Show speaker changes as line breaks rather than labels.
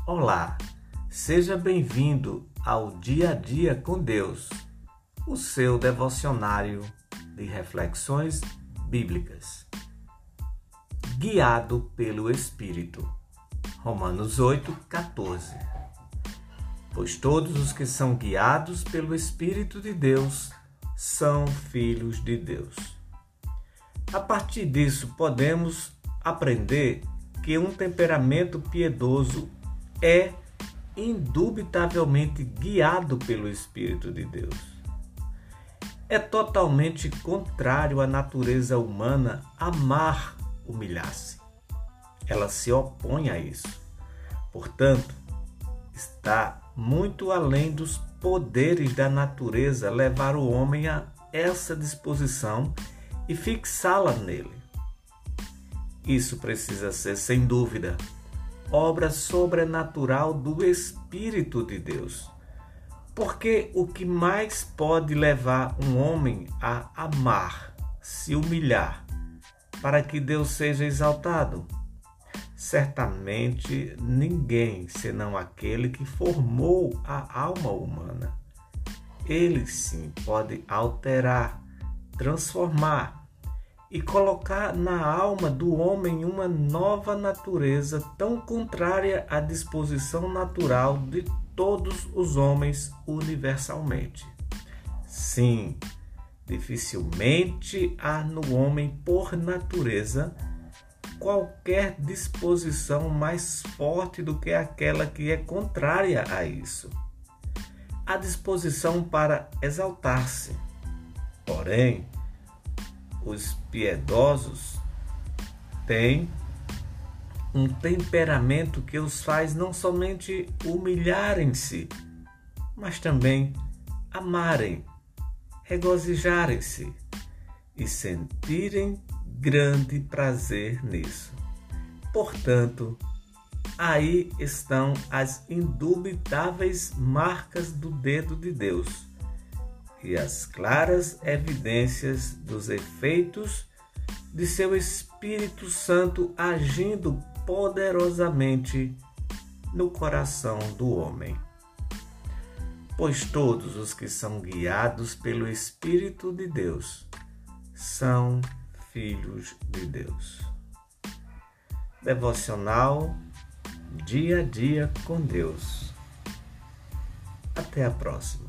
Olá, seja bem-vindo ao Dia a Dia com Deus, o seu devocionário de reflexões bíblicas, guiado pelo Espírito. Romanos 8:14. Pois todos os que são guiados pelo Espírito de Deus são filhos de Deus. A partir disso, podemos aprender que um temperamento piedoso é indubitavelmente guiado pelo Espírito de Deus. É totalmente contrário à natureza humana amar humilhar-se. Ela se opõe a isso. Portanto, está muito além dos poderes da natureza levar o homem a essa disposição e fixá-la nele. Isso precisa ser, sem dúvida, obra sobrenatural do Espírito de Deus. Porque o que mais pode levar um homem a amar, se humilhar, para que Deus seja exaltado? Certamente ninguém, senão aquele que formou a alma humana. Ele sim pode alterar, transformar e colocar na alma do homem uma nova natureza tão contrária à disposição natural de todos os homens universalmente. Sim, dificilmente há no homem, por natureza, qualquer disposição mais forte do que aquela que é contrária a isso. A disposição para exaltar-se. Porém, os piedosos têm um temperamento que os faz não somente humilharem-se, mas também amarem, regozijarem-se e sentirem grande prazer nisso. Portanto, aí estão as indubitáveis marcas do dedo de Deus e as claras evidências dos efeitos de seu Espírito Santo agindo poderosamente no coração do homem. Pois todos os que são guiados pelo Espírito de Deus são filhos de Deus. Devocional Dia a Dia com Deus. Até a próxima.